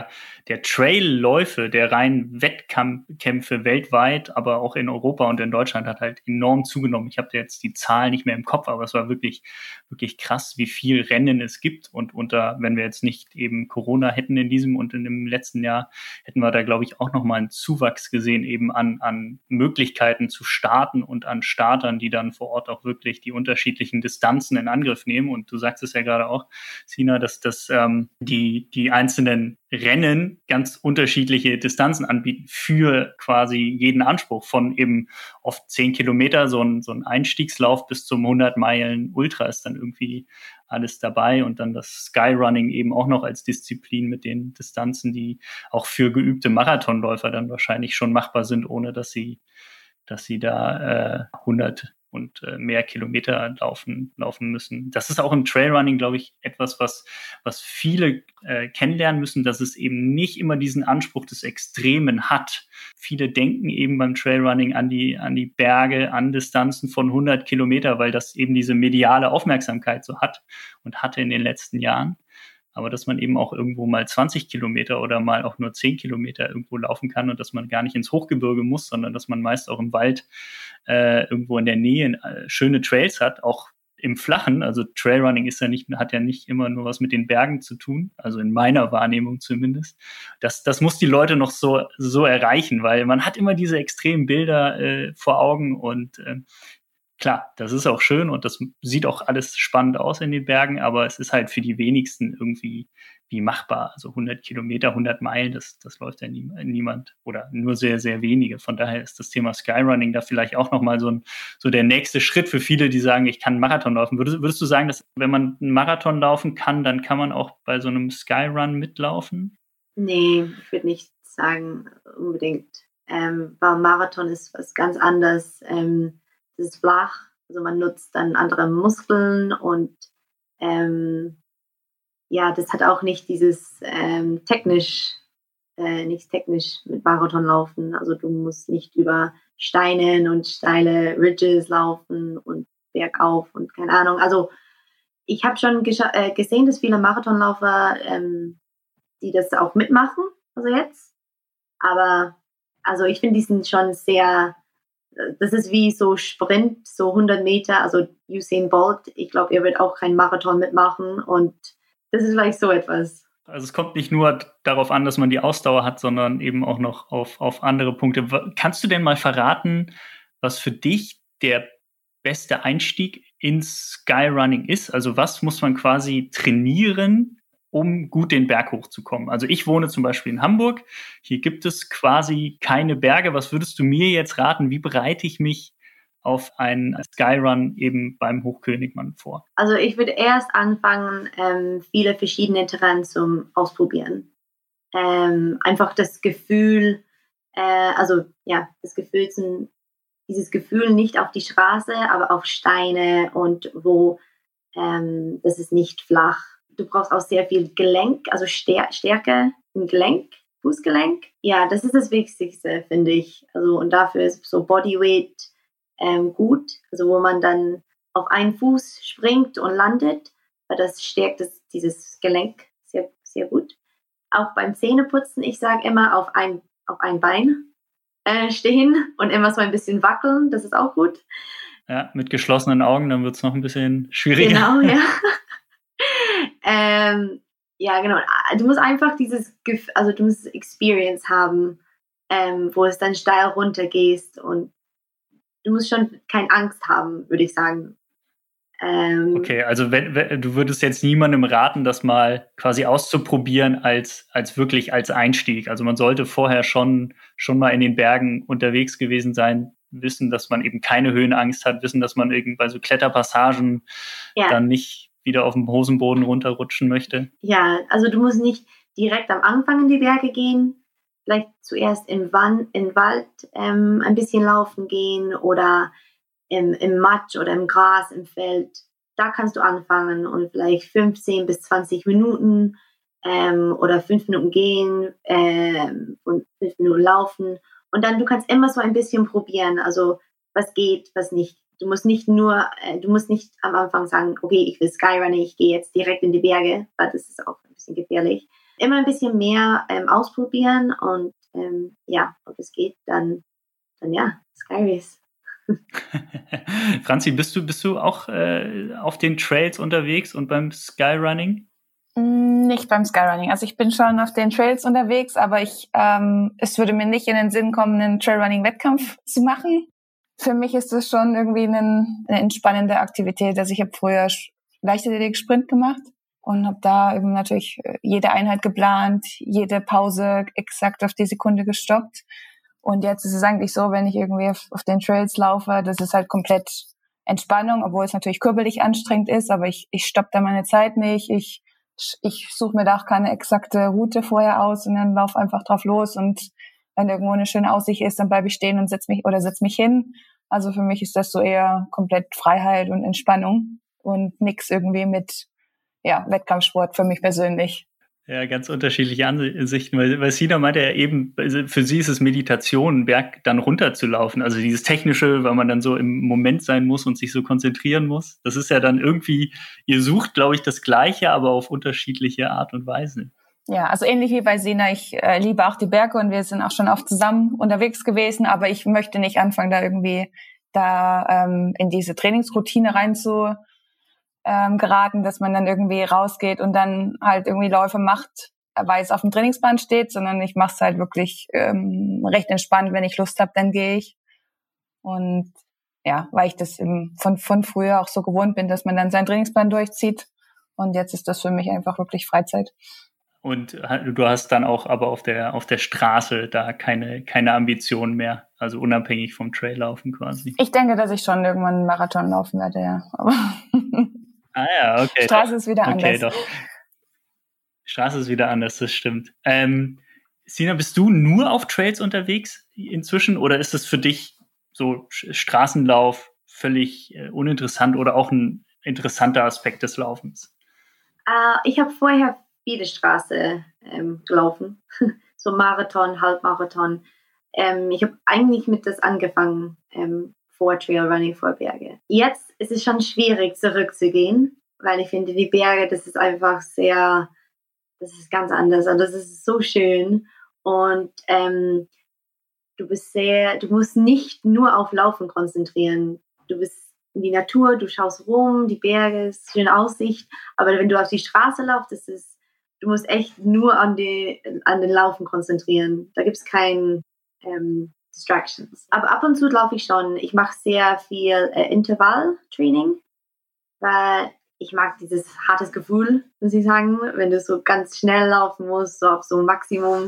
[SPEAKER 1] der Trailläufe, der reinen Wettkämpfe weltweit, aber auch in Europa und in Deutschland hat halt enorm zugenommen. Ich habe jetzt die Zahl nicht mehr im Kopf, aber es war wirklich, wirklich krass, wie viel Rennen es gibt. Und unter, wenn wir jetzt nicht eben Corona hätten in diesem und in dem letzten Jahr, hätten wir da, glaube ich, auch nochmal einen Zuwachs gesehen, eben an, an Möglichkeiten zu starten und an Startern, die dann vor Ort auch wirklich die unterschiedlichen Distanzen in Angriff nehmen. Und du sagst es ja gerade auch, Sina, dass das ähm, die, die einzelnen Rennen ganz unterschiedliche Distanzen anbieten für quasi jeden Anspruch, von eben oft zehn Kilometer, so ein, so ein Einstiegslauf bis zum hundert Meilen Ultra ist dann irgendwie alles dabei, und dann das Skyrunning eben auch noch als Disziplin mit den Distanzen, die auch für geübte Marathonläufer dann wahrscheinlich schon machbar sind, ohne dass sie, dass sie da äh, hundert und äh, mehr Kilometer laufen, laufen müssen. Das ist auch im Trailrunning, glaube ich, etwas, was, was viele äh, kennenlernen müssen, dass es eben nicht immer diesen Anspruch des Extremen hat. Viele denken eben beim Trailrunning an die, an die Berge, an Distanzen von hundert Kilometer, weil das eben diese mediale Aufmerksamkeit so hat und hatte in den letzten Jahren. Aber dass man eben auch irgendwo mal zwanzig Kilometer oder mal auch nur zehn Kilometer irgendwo laufen kann und dass man gar nicht ins Hochgebirge muss, sondern dass man meist auch im Wald äh, irgendwo in der Nähe äh, schöne Trails hat, auch im Flachen. Also Trailrunning ist ja nicht, hat ja nicht immer nur was mit den Bergen zu tun, also in meiner Wahrnehmung zumindest. Das, das muss die Leute noch so, so erreichen, weil man hat immer diese extremen Bilder äh, vor Augen und äh, klar, das ist auch schön und das sieht auch alles spannend aus in den Bergen, aber es ist halt für die wenigsten irgendwie wie machbar. Also hundert Kilometer, hundert Meilen, das, das läuft ja nie, niemand oder nur sehr, sehr wenige. Von daher ist das Thema Skyrunning da vielleicht auch nochmal so, ein, so der nächste Schritt für viele, die sagen, ich kann einen Marathon laufen. Würdest, würdest du sagen, dass wenn man einen Marathon laufen kann, dann kann man auch bei so einem Skyrun mitlaufen?
[SPEAKER 2] Nee, ich würde nicht sagen unbedingt. Ähm, weil Marathon ist was ganz anderes. Ähm, es ist flach, also man nutzt dann andere Muskeln und ähm, ja, das hat auch nicht dieses ähm, technisch, äh, nicht technisch mit Marathon laufen. Also du musst nicht über Steine und steile Ridges laufen und bergauf und keine Ahnung. Also ich habe schon gescha- äh, gesehen, dass viele Marathonläufer, ähm, die das auch mitmachen, also jetzt. Aber also ich finde, die sind schon sehr, das ist wie so Sprint, so hundert Meter, also Usain Bolt, ich glaube, er wird auch keinen Marathon mitmachen und das ist vielleicht so etwas.
[SPEAKER 1] Also es kommt nicht nur darauf an, dass man die Ausdauer hat, sondern eben auch noch auf, auf andere Punkte. Kannst du denn mal verraten, was für dich der beste Einstieg ins Skyrunning ist? Also was muss man quasi trainieren, um gut den Berg hochzukommen? Also ich wohne zum Beispiel in Hamburg. Hier gibt es quasi keine Berge. Was würdest du mir jetzt raten? Wie bereite ich mich auf einen Skyrun eben beim Hochkönigmann vor?
[SPEAKER 2] Also ich würde erst anfangen, ähm, viele verschiedene Terrain zum Ausprobieren. Ähm, einfach das Gefühl, äh, also ja, das Gefühl, zum, dieses Gefühl nicht auf die Straße, aber auf Steine und wo ähm, das ist nicht flach. Du brauchst auch sehr viel Gelenk, also Stär- Stärke im Gelenk, Fußgelenk. Ja, das ist das Wichtigste, finde ich. Also und dafür ist so Bodyweight ähm, gut, also wo man dann auf einen Fuß springt und landet, weil das stärkt das, dieses Gelenk sehr, sehr gut. Auch beim Zähneputzen, ich sage immer auf ein, auf ein Bein äh, stehen und immer so ein bisschen wackeln, das ist auch gut.
[SPEAKER 1] Ja, mit geschlossenen Augen, dann wird es noch ein bisschen schwieriger.
[SPEAKER 2] Genau, ja. ähm, ja, genau. Du musst einfach dieses, also du musst Experience haben, ähm, wo es dann steil runtergehst und du musst schon keine Angst haben, würde ich sagen. Ähm,
[SPEAKER 1] okay, also wenn, wenn, du würdest jetzt niemandem raten, das mal quasi auszuprobieren als, als wirklich als Einstieg. Also man sollte vorher schon, schon mal in den Bergen unterwegs gewesen sein, wissen, dass man eben keine Höhenangst hat, wissen, dass man irgendwie bei so Kletterpassagen ja. dann nicht wieder auf dem Hosenboden runterrutschen möchte.
[SPEAKER 2] Ja, also du musst nicht direkt am Anfang in die Berge gehen, vielleicht zuerst im, Wand, im Wald ähm, ein bisschen laufen gehen oder im, im Matsch oder im Gras, im Feld. Da kannst du anfangen und vielleicht fünfzehn bis zwanzig Minuten ähm, oder fünf Minuten gehen ähm, und fünf Minuten laufen. Und dann, du kannst immer so ein bisschen probieren, also was geht, was nicht. Du musst nicht nur, äh, du musst nicht am Anfang sagen, okay, ich will Skyrunning, ich gehe jetzt direkt in die Berge, weil das ist auch ein bisschen gefährlich. immer ein bisschen mehr ähm, ausprobieren und ähm, ja, ob es geht, dann, dann ja, Sky Race.
[SPEAKER 1] Franzi, bist du, bist du auch äh, auf den Trails unterwegs und beim Skyrunning?
[SPEAKER 3] Nicht beim Skyrunning. Also ich bin schon auf den Trails unterwegs, aber ich, ähm, es würde mir nicht in den Sinn kommen, einen Trailrunning-Wettkampf zu machen. Für mich ist das schon irgendwie einen, eine entspannende Aktivität. Also ich habe früher Leichtathletik-Sprint gemacht und habe da eben natürlich jede Einheit geplant, jede Pause exakt auf die Sekunde gestoppt. Und jetzt ist es eigentlich so, wenn ich irgendwie auf, auf den Trails laufe, das ist halt komplett Entspannung, obwohl es natürlich körperlich anstrengend ist, aber ich, ich stoppe da meine Zeit nicht, ich Ich suche mir da auch keine exakte Route vorher aus und dann laufe einfach drauf los und wenn irgendwo eine schöne Aussicht ist, dann bleibe ich stehen und setz mich oder setz mich hin. Also für mich ist das so eher komplett Freiheit und Entspannung und nix irgendwie mit ja Wettkampfsport für mich persönlich.
[SPEAKER 1] Ja, ganz unterschiedliche Ansichten, weil, weil Sina meinte ja eben, für sie ist es Meditation, einen Berg dann runterzulaufen. Also dieses Technische, weil man dann so im Moment sein muss und sich so konzentrieren muss. Das ist ja dann irgendwie, ihr sucht, glaube ich, das Gleiche, aber auf unterschiedliche Art und Weise.
[SPEAKER 3] Ja, also ähnlich wie bei Sina, ich äh, liebe auch die Berge und wir sind auch schon oft zusammen unterwegs gewesen, aber ich möchte nicht anfangen, da irgendwie da ähm, in diese Trainingsroutine rein zu Ähm, geraten, dass man dann irgendwie rausgeht und dann halt irgendwie Läufe macht, weil es auf dem Trainingsplan steht, sondern ich mache es halt wirklich ähm, recht entspannt. Wenn ich Lust habe, dann gehe ich. Und ja, weil ich das eben von, von früher auch so gewohnt bin, dass man dann seinen Trainingsplan durchzieht. Und jetzt ist das für mich einfach wirklich Freizeit.
[SPEAKER 1] Und du hast dann auch aber auf der auf der Straße da keine keine Ambitionen mehr, also unabhängig vom Traillaufen quasi.
[SPEAKER 3] Ich denke, dass ich schon irgendwann einen Marathon laufen werde, ja. Aber
[SPEAKER 1] ah ja, okay.
[SPEAKER 3] Straße
[SPEAKER 1] doch.
[SPEAKER 3] ist wieder anders.
[SPEAKER 1] Okay, doch. Straße ist wieder anders, das stimmt. Ähm, Sina, bist du nur auf Trails unterwegs inzwischen oder ist es für dich so Straßenlauf völlig äh, uninteressant oder auch ein interessanter Aspekt des Laufens?
[SPEAKER 2] Uh, ich habe vorher viele Straße ähm, gelaufen, so Marathon, Halbmarathon. Ähm, ich habe eigentlich mit das angefangen, ähm, vor Trailrunning, vor Berge. Jetzt ist es schon schwierig, zurückzugehen, weil ich finde, die Berge, das ist einfach sehr, das ist ganz anders und das ist so schön und ähm, du bist sehr, du musst nicht nur auf Laufen konzentrieren. Du bist in die Natur, du schaust rum, die Berge, ist schöne Aussicht, aber wenn du auf die Straße laufst, das ist, du musst echt nur an, die, an den Laufen konzentrieren. Da gibt es kein ähm, Distractions. Aber ab und zu laufe ich schon. Ich mache sehr viel äh, Intervalltraining, weil ich mag dieses hartes Gefühl, muss ich sagen, wenn du so ganz schnell laufen musst, so auf so ein Maximum.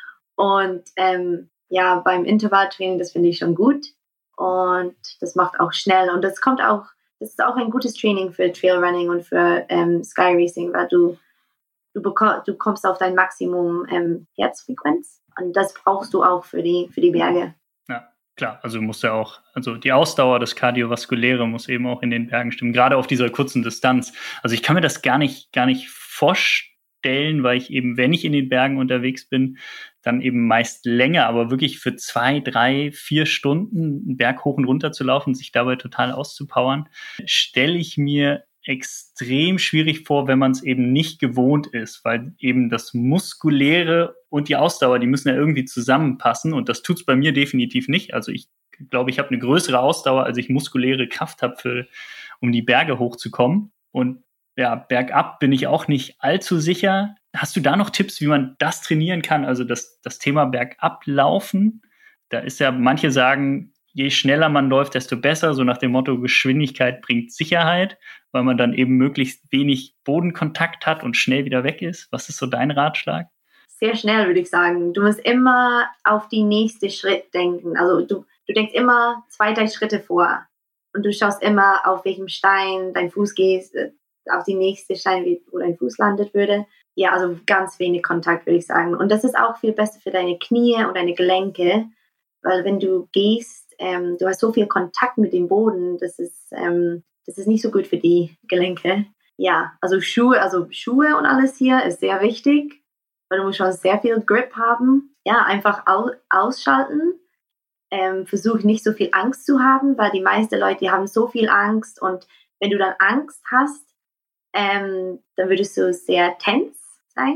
[SPEAKER 2] Und ähm, ja, beim Intervalltraining, das finde ich schon gut. Und das macht auch schnell. Und das kommt auch, das ist auch ein gutes Training für Trailrunning und für ähm, Sky Racing, weil du, du, bekomm, du kommst auf dein Maximum ähm, Herzfrequenz. Und das brauchst du auch für die, für die Berge.
[SPEAKER 1] Ja, klar. Also muss ja auch, also die Ausdauer, das Kardiovaskuläre muss eben auch in den Bergen stimmen, gerade auf dieser kurzen Distanz. Also ich kann mir das gar nicht, gar nicht vorstellen, weil ich eben, wenn ich in den Bergen unterwegs bin, dann eben meist länger, aber wirklich für zwei, drei, vier Stunden einen Berg hoch und runter zu laufen, sich dabei total auszupowern, stelle ich mir extrem schwierig vor, wenn man es eben nicht gewohnt ist, weil eben das Muskuläre und die Ausdauer, die müssen ja irgendwie zusammenpassen und das tut es bei mir definitiv nicht. Also ich glaube, ich habe eine größere Ausdauer, als ich muskuläre Kraft habe, für, um die Berge hochzukommen. Und ja, bergab bin ich auch nicht allzu sicher. Hast du da noch Tipps, wie man das trainieren kann? Also das, das Thema Bergab laufen, da ist ja, manche sagen, je schneller man läuft, desto besser, so nach dem Motto, Geschwindigkeit bringt Sicherheit, weil man dann eben möglichst wenig Bodenkontakt hat und schnell wieder weg ist. Was ist so dein Ratschlag?
[SPEAKER 2] Sehr schnell, würde ich sagen. Du musst immer auf die nächste Schritt denken. Also du, du denkst immer zwei, drei Schritte vor und du schaust immer, auf welchem Stein dein Fuß geht, auf die nächste Stein, wo dein Fuß landet würde. Ja, also ganz wenig Kontakt, würde ich sagen. Und das ist auch viel besser für deine Knie und deine Gelenke, weil wenn du gehst, ähm, du hast so viel Kontakt mit dem Boden, das ist, ähm, das ist nicht so gut für die Gelenke. Ja, also Schuhe, also Schuhe und alles hier ist sehr wichtig, weil du musst schon sehr viel Grip haben. Ja, einfach au- ausschalten. Ähm, versuch nicht so viel Angst zu haben, weil die meisten Leute, die haben so viel Angst und wenn du dann Angst hast, ähm, dann würdest du sehr tense sein,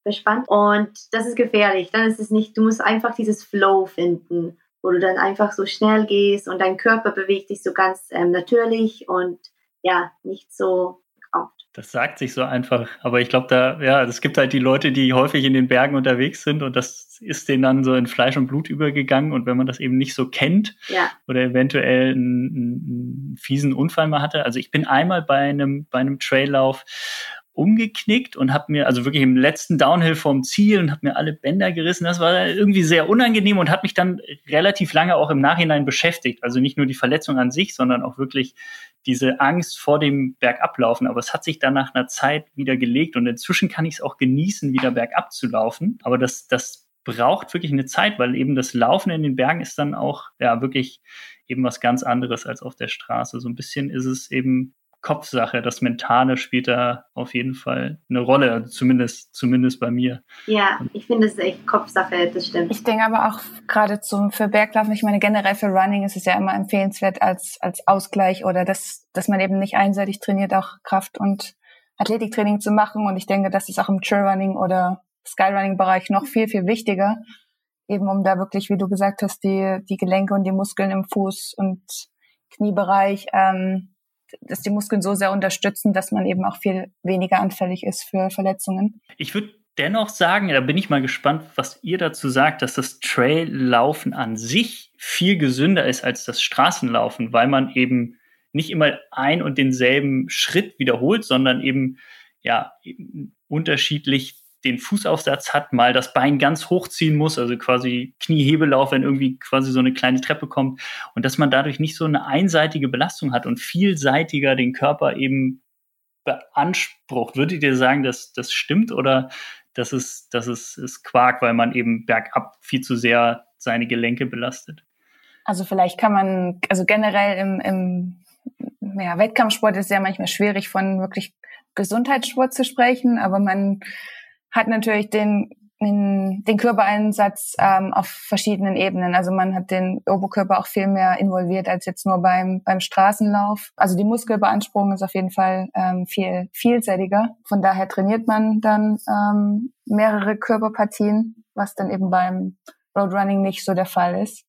[SPEAKER 2] bespannt und das ist gefährlich. Dann ist es nicht, du musst einfach dieses Flow finden, wo du dann einfach so schnell gehst und dein Körper bewegt sich so ganz ähm, natürlich und ja, nicht so oft.
[SPEAKER 1] Das sagt sich so einfach, aber ich glaube, da, ja, es gibt halt die Leute, die häufig in den Bergen unterwegs sind und das ist denen dann so in Fleisch und Blut übergegangen und wenn man das eben nicht so kennt
[SPEAKER 2] ja. oder
[SPEAKER 1] eventuell einen, einen fiesen Unfall mal hatte. Also ich bin einmal bei einem, bei einem Traillauf umgeknickt und habe mir, also wirklich im letzten Downhill vom Ziel und habe mir alle Bänder gerissen. Das war irgendwie sehr unangenehm und hat mich dann relativ lange auch im Nachhinein beschäftigt. Also nicht nur die Verletzung an sich, sondern auch wirklich diese Angst vor dem Bergablaufen. Aber es hat sich dann nach einer Zeit wieder gelegt und inzwischen kann ich es auch genießen, wieder bergab zu laufen. Aber das, das braucht wirklich eine Zeit, weil eben das Laufen in den Bergen ist dann auch ja wirklich eben was ganz anderes als auf der Straße. So ein bisschen ist es eben Kopfsache, das Mentale spielt da auf jeden Fall eine Rolle, also zumindest, zumindest bei mir.
[SPEAKER 2] Ja, ich finde, es ist echt Kopfsache, das stimmt.
[SPEAKER 3] Ich denke aber auch gerade zum, für Berglaufen, ich meine generell für Running ist es ja immer empfehlenswert als, als Ausgleich oder dass, dass man eben nicht einseitig trainiert, auch Kraft- und Athletiktraining zu machen und ich denke, das ist auch im Trailrunning oder Skyrunning-Bereich noch viel, viel wichtiger, eben um da wirklich, wie du gesagt hast, die, die Gelenke und die Muskeln im Fuß- und Kniebereich, ähm, dass die Muskeln so sehr unterstützen, dass man eben auch viel weniger anfällig ist für Verletzungen.
[SPEAKER 1] Ich würde dennoch sagen, da bin ich mal gespannt, was ihr dazu sagt, dass das Traillaufen an sich viel gesünder ist als das Straßenlaufen, weil man eben nicht immer ein und denselben Schritt wiederholt, sondern eben ja eben unterschiedlich den Fußaufsatz hat, mal das Bein ganz hochziehen muss, also quasi Kniehebelauf, wenn irgendwie quasi so eine kleine Treppe kommt und dass man dadurch nicht so eine einseitige Belastung hat und vielseitiger den Körper eben beansprucht. Würdet ihr sagen, dass das stimmt oder das ist, das ist, ist Quark, weil man eben bergab viel zu sehr seine Gelenke belastet?
[SPEAKER 3] Also vielleicht kann man, also generell im, im ja, Wettkampfsport ist es ja manchmal schwierig, von wirklich Gesundheitssport zu sprechen, aber man hat natürlich den, den, den Körpereinsatz ähm, auf verschiedenen Ebenen. Also man hat den Oberkörper auch viel mehr involviert als jetzt nur beim, beim Straßenlauf. Also die Muskelbeanspruchung ist auf jeden Fall ähm, viel vielseitiger. Von daher trainiert man dann ähm, mehrere Körperpartien, was dann eben beim Roadrunning nicht so der Fall ist.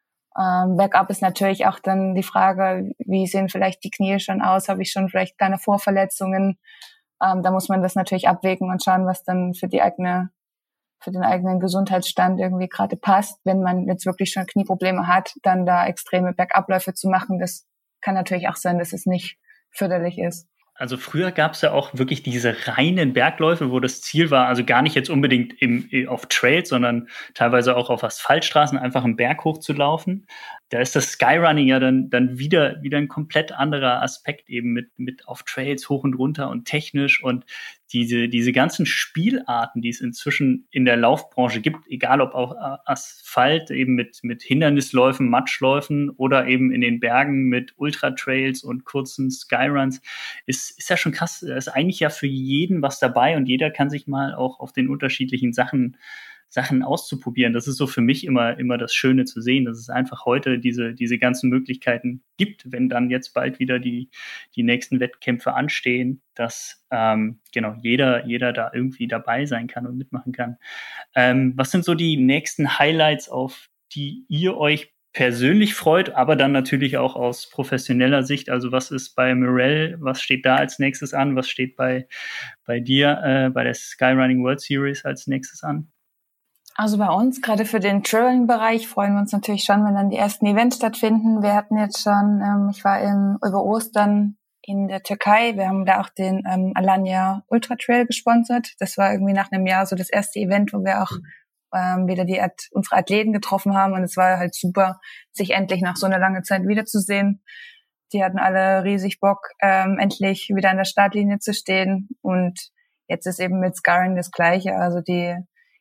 [SPEAKER 3] Ähm, bergab ist natürlich auch dann die Frage, wie sehen vielleicht die Knie schon aus? Habe ich schon vielleicht kleine Vorverletzungen? Ähm, da muss man das natürlich abwägen und schauen, was dann für die eigene, für den eigenen Gesundheitsstand irgendwie gerade passt. Wenn man jetzt wirklich schon Knieprobleme hat, dann da extreme Bergabläufe zu machen, das kann natürlich auch sein, dass es nicht förderlich ist.
[SPEAKER 1] Also früher gab es ja auch wirklich diese reinen Bergläufe, wo das Ziel war, also gar nicht jetzt unbedingt im, auf Trails, sondern teilweise auch auf Asphaltstraßen einfach einen Berg hoch zu laufen. Da ist das Skyrunning ja dann, dann wieder, wieder ein komplett anderer Aspekt eben mit, mit auf Trails hoch und runter und technisch und diese, diese ganzen Spielarten, die es inzwischen in der Laufbranche gibt, egal ob auf Asphalt eben mit, mit Hindernisläufen, Matschläufen oder eben in den Bergen mit Ultratrails und kurzen Skyruns, ist, ist ja schon krass. Da ist eigentlich ja für jeden was dabei und jeder kann sich mal auch auf den unterschiedlichen Sachen Sachen auszuprobieren. Das ist so für mich immer, immer das Schöne zu sehen, dass es einfach heute diese, diese ganzen Möglichkeiten gibt, wenn dann jetzt bald wieder die, die nächsten Wettkämpfe anstehen, dass ähm, genau jeder, jeder da irgendwie dabei sein kann und mitmachen kann. Ähm, was sind so die nächsten Highlights, auf die ihr euch persönlich freut, aber dann natürlich auch aus professioneller Sicht? Also was ist bei Mirelle, was steht da als nächstes an? Was steht bei, bei dir, äh, bei der Skyrunning World Series als nächstes an?
[SPEAKER 3] Also bei uns, gerade für den Trailrunning-Bereich, freuen wir uns natürlich schon, wenn dann die ersten Events stattfinden. Wir hatten jetzt schon, ähm, ich war im, über Ostern in der Türkei. Wir haben da auch den ähm, Alanya Ultra Trail gesponsert. Das war irgendwie nach einem Jahr so das erste Event, wo wir auch ähm, wieder die At- unsere Athleten getroffen haben. Und es war halt super, sich endlich nach so einer langen Zeit wiederzusehen. Die hatten alle riesig Bock, ähm, endlich wieder an der Startlinie zu stehen. Und jetzt ist eben mit Skyrunning das Gleiche. Also die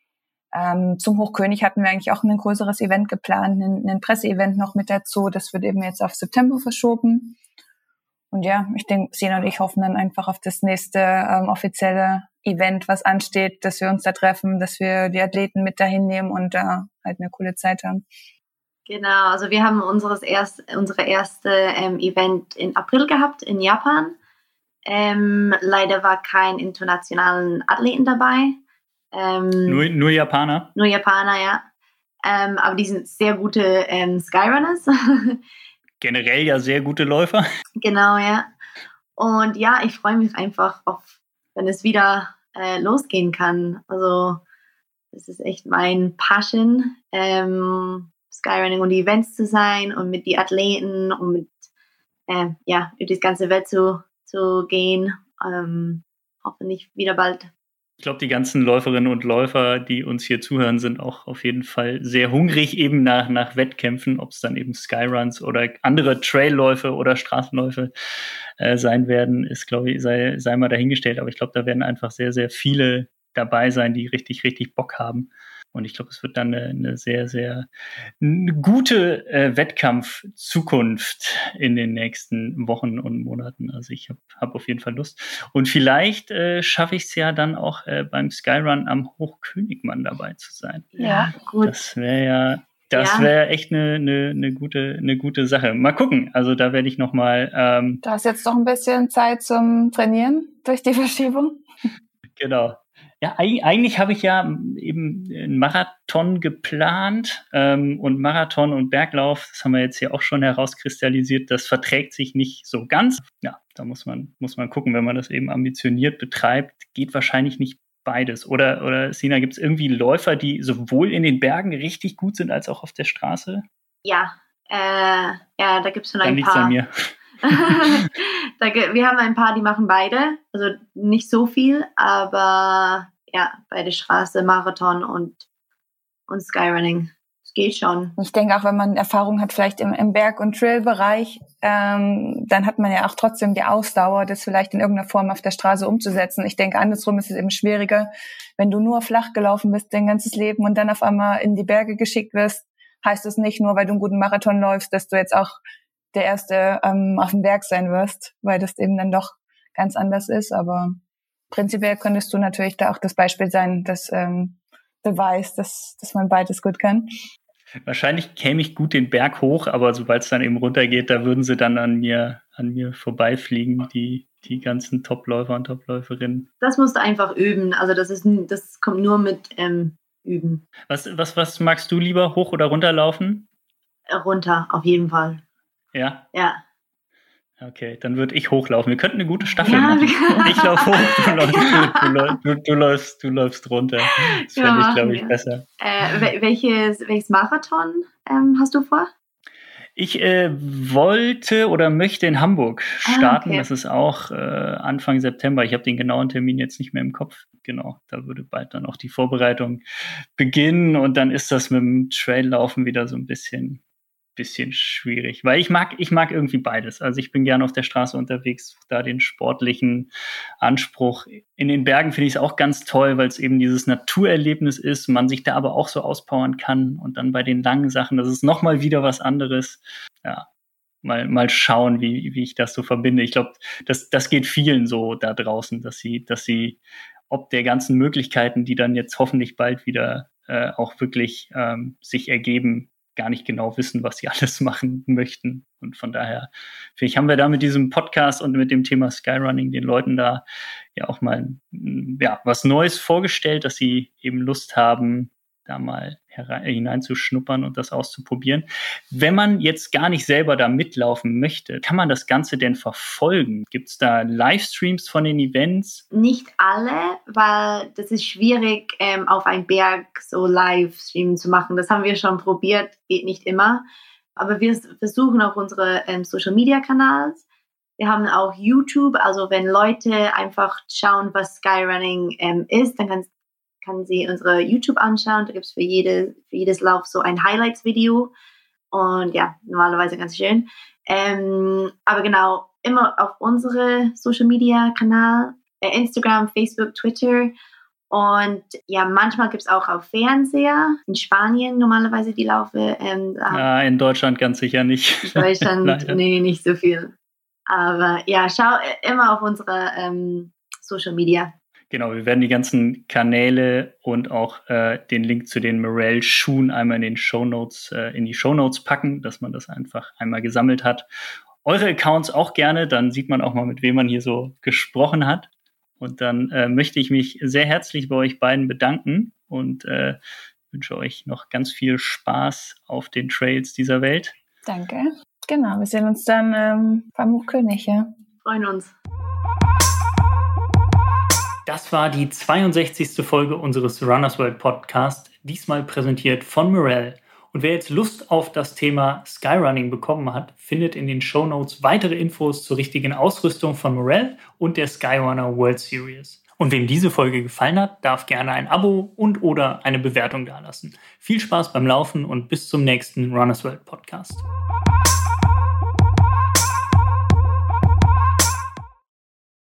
[SPEAKER 3] Ähm, zum Hochkönig hatten wir eigentlich auch ein größeres Event geplant, ein, ein Presseevent noch mit dazu. Das wird eben jetzt auf September verschoben. Und ja, ich denke, Sina und ich hoffen dann einfach auf das nächste ähm, offizielle Event, was ansteht, dass wir uns da treffen, dass wir die Athleten mit dahin nehmen und da halt eine coole Zeit haben.
[SPEAKER 2] Genau, also wir haben unseres erst, unsere erste ähm, Event in April gehabt in Japan. Ähm, leider war kein internationalen Athleten dabei. Ähm,
[SPEAKER 1] nur, nur Japaner?
[SPEAKER 2] Nur Japaner, ja. Ähm, aber die sind sehr gute ähm, Skyrunners.
[SPEAKER 1] Generell ja sehr gute Läufer.
[SPEAKER 2] Genau, ja. Und ja, ich freue mich einfach auf, wenn es wieder äh, losgehen kann. Also das ist echt mein Passion, ähm, Skyrunning und die Events zu sein und mit den Athleten und mit, äh, ja, über die ganze Welt zu, zu gehen. Ähm, hoffentlich wieder bald.
[SPEAKER 1] Ich glaube, die ganzen Läuferinnen und Läufer, die uns hier zuhören, sind auch auf jeden Fall sehr hungrig eben nach, nach Wettkämpfen, ob es dann eben Skyruns oder andere Trailläufe oder Straßenläufe äh, sein werden, ist, glaube ich, sei, sei mal dahingestellt. Aber ich glaube, da werden einfach sehr, sehr viele dabei sein, die richtig, richtig Bock haben. Und ich glaube, es wird dann eine, eine sehr, sehr eine gute äh, Wettkampf-Zukunft in den nächsten Wochen und Monaten. Also ich habe hab auf jeden Fall Lust. Und vielleicht äh, schaffe ich es ja dann auch äh, beim Skyrun am Hochkönigmann dabei zu sein.
[SPEAKER 2] Ja, gut.
[SPEAKER 1] Das wäre ja, das
[SPEAKER 2] Ja.
[SPEAKER 1] wäre echt eine, eine, eine, gute, eine gute Sache. Mal gucken. Also da werde ich nochmal... Ähm,
[SPEAKER 3] du hast jetzt noch ein bisschen Zeit zum Trainieren durch die Verschiebung.
[SPEAKER 1] Genau. Ja, eigentlich habe ich ja eben einen Marathon geplant ähm, und Marathon und Berglauf, das haben wir jetzt hier auch schon herauskristallisiert, das verträgt sich nicht so ganz. Ja, da muss man, muss man gucken, wenn man das eben ambitioniert betreibt, geht wahrscheinlich nicht beides. Oder, oder Sina, gibt es irgendwie Läufer, die sowohl in den Bergen richtig gut sind, als auch auf der Straße?
[SPEAKER 2] Ja, äh, ja, da gibt es schon ein
[SPEAKER 1] Dann liegt's
[SPEAKER 2] paar.
[SPEAKER 1] an mir.
[SPEAKER 2] da, wir haben ein paar, die machen beide, also nicht so viel, aber ja, beide Straße, Marathon und, und Skyrunning. Es geht schon.
[SPEAKER 3] Ich denke auch, wenn man Erfahrung hat, vielleicht im, im Berg- und Trail-Bereich, ähm, dann hat man ja auch trotzdem die Ausdauer, das vielleicht in irgendeiner Form auf der Straße umzusetzen. Ich denke, andersrum ist es eben schwieriger, wenn du nur flach gelaufen bist dein ganzes Leben und dann auf einmal in die Berge geschickt wirst, heißt es nicht nur, weil du einen guten Marathon läufst, dass du jetzt auch der Erste ähm, auf dem Berg sein wirst, weil das eben dann doch ganz anders ist. Aber prinzipiell könntest du natürlich da auch das Beispiel sein, das ähm, beweist, dass, dass man beides gut kann.
[SPEAKER 1] Wahrscheinlich käme ich gut den Berg hoch, aber sobald es dann eben runtergeht, da würden sie dann an mir, an mir vorbeifliegen, die, die ganzen Topläufer und Topläuferinnen.
[SPEAKER 2] Das musst du einfach üben. Also das ist, das kommt nur mit ähm, Üben.
[SPEAKER 1] Was, was, was magst du lieber, hoch oder runterlaufen?
[SPEAKER 2] Runter, auf jeden Fall.
[SPEAKER 1] Ja?
[SPEAKER 2] Ja.
[SPEAKER 1] Okay, dann würde ich hochlaufen. Wir könnten eine gute Staffel
[SPEAKER 2] Ja,
[SPEAKER 1] machen. Ich laufe hoch, du läufst, du, du, du, läufst, du läufst runter. Das fände
[SPEAKER 2] Ja,
[SPEAKER 1] ich, glaube ich,
[SPEAKER 2] ja.
[SPEAKER 1] besser.
[SPEAKER 2] Äh, welches, welches Marathon ähm, hast du vor?
[SPEAKER 1] Ich äh, wollte oder möchte in Hamburg starten.
[SPEAKER 2] Ah, okay.
[SPEAKER 1] Das ist auch äh, Anfang September. Ich habe den genauen Termin jetzt nicht mehr im Kopf. Genau, da würde bald dann auch die Vorbereitung beginnen. Und dann ist das mit dem Traillaufen wieder so ein bisschen... bisschen schwierig, weil ich mag, ich mag irgendwie beides. Also ich bin gerne auf der Straße unterwegs, da den sportlichen Anspruch. In den Bergen finde ich es auch ganz toll, weil es eben dieses Naturerlebnis ist, man sich da aber auch so auspowern kann und dann bei den langen Sachen, das ist nochmal wieder was anderes. Ja, mal, mal schauen, wie, wie ich das so verbinde. Ich glaube, das, das geht vielen so da draußen, dass sie, dass sie ob der ganzen Möglichkeiten, die dann jetzt hoffentlich bald wieder äh, auch wirklich ähm, sich ergeben, gar nicht genau wissen, was sie alles machen möchten. Und von daher, vielleicht haben wir da mit diesem Podcast und mit dem Thema Skyrunning den Leuten da ja auch mal ja, was Neues vorgestellt, dass sie eben Lust haben, da mal hineinzuschnuppern und das auszuprobieren. Wenn man jetzt gar nicht selber da mitlaufen möchte, kann man das Ganze denn verfolgen? Gibt es da Livestreams von den Events?
[SPEAKER 2] Nicht alle, weil das ist schwierig, ähm, auf einen Berg so Livestream zu machen. Das haben wir schon probiert, geht nicht immer. Aber wir versuchen auch unsere ähm, Social-Media-Kanals. Wir haben auch YouTube, also wenn Leute einfach schauen, was Skyrunning ähm, ist, dann kannst kann sie unsere YouTube anschauen. Da gibt es für, jede, für jedes Lauf so ein Highlights-Video. Und ja, normalerweise ganz schön. Ähm, aber genau, immer auf unsere Social-Media-Kanal, äh, Instagram, Facebook, Twitter. Und ja, manchmal gibt es auch auf Fernseher. In Spanien normalerweise die Laufe. Ähm,
[SPEAKER 1] ja, in Deutschland ganz sicher nicht.
[SPEAKER 2] In Deutschland, nee, nicht so viel. Aber ja, schau immer auf unsere ähm, Social-Media.
[SPEAKER 1] Genau, wir werden die ganzen Kanäle und auch äh, den Link zu den Merrell-Schuhen einmal in den Shownotes, äh, in die Shownotes packen, dass man das einfach einmal gesammelt hat. Eure Accounts auch gerne, dann sieht man auch mal, mit wem man hier so gesprochen hat. Und dann äh, möchte ich mich sehr herzlich bei euch beiden bedanken und äh, wünsche euch noch ganz viel Spaß auf den Trails dieser Welt.
[SPEAKER 3] Danke. Genau, wir sehen uns dann ähm, beim Hochkönig, ja.
[SPEAKER 2] Freuen uns.
[SPEAKER 1] Das war die zweiundsechzigste Folge unseres Runners World Podcast, diesmal präsentiert von Merrell. Und wer jetzt Lust auf das Thema Skyrunning bekommen hat, findet in den Shownotes weitere Infos zur richtigen Ausrüstung von Merrell und der Skyrunner World Series. Und wem diese Folge gefallen hat, darf gerne ein Abo und oder eine Bewertung dalassen. Viel Spaß beim Laufen und bis zum nächsten Runners World Podcast.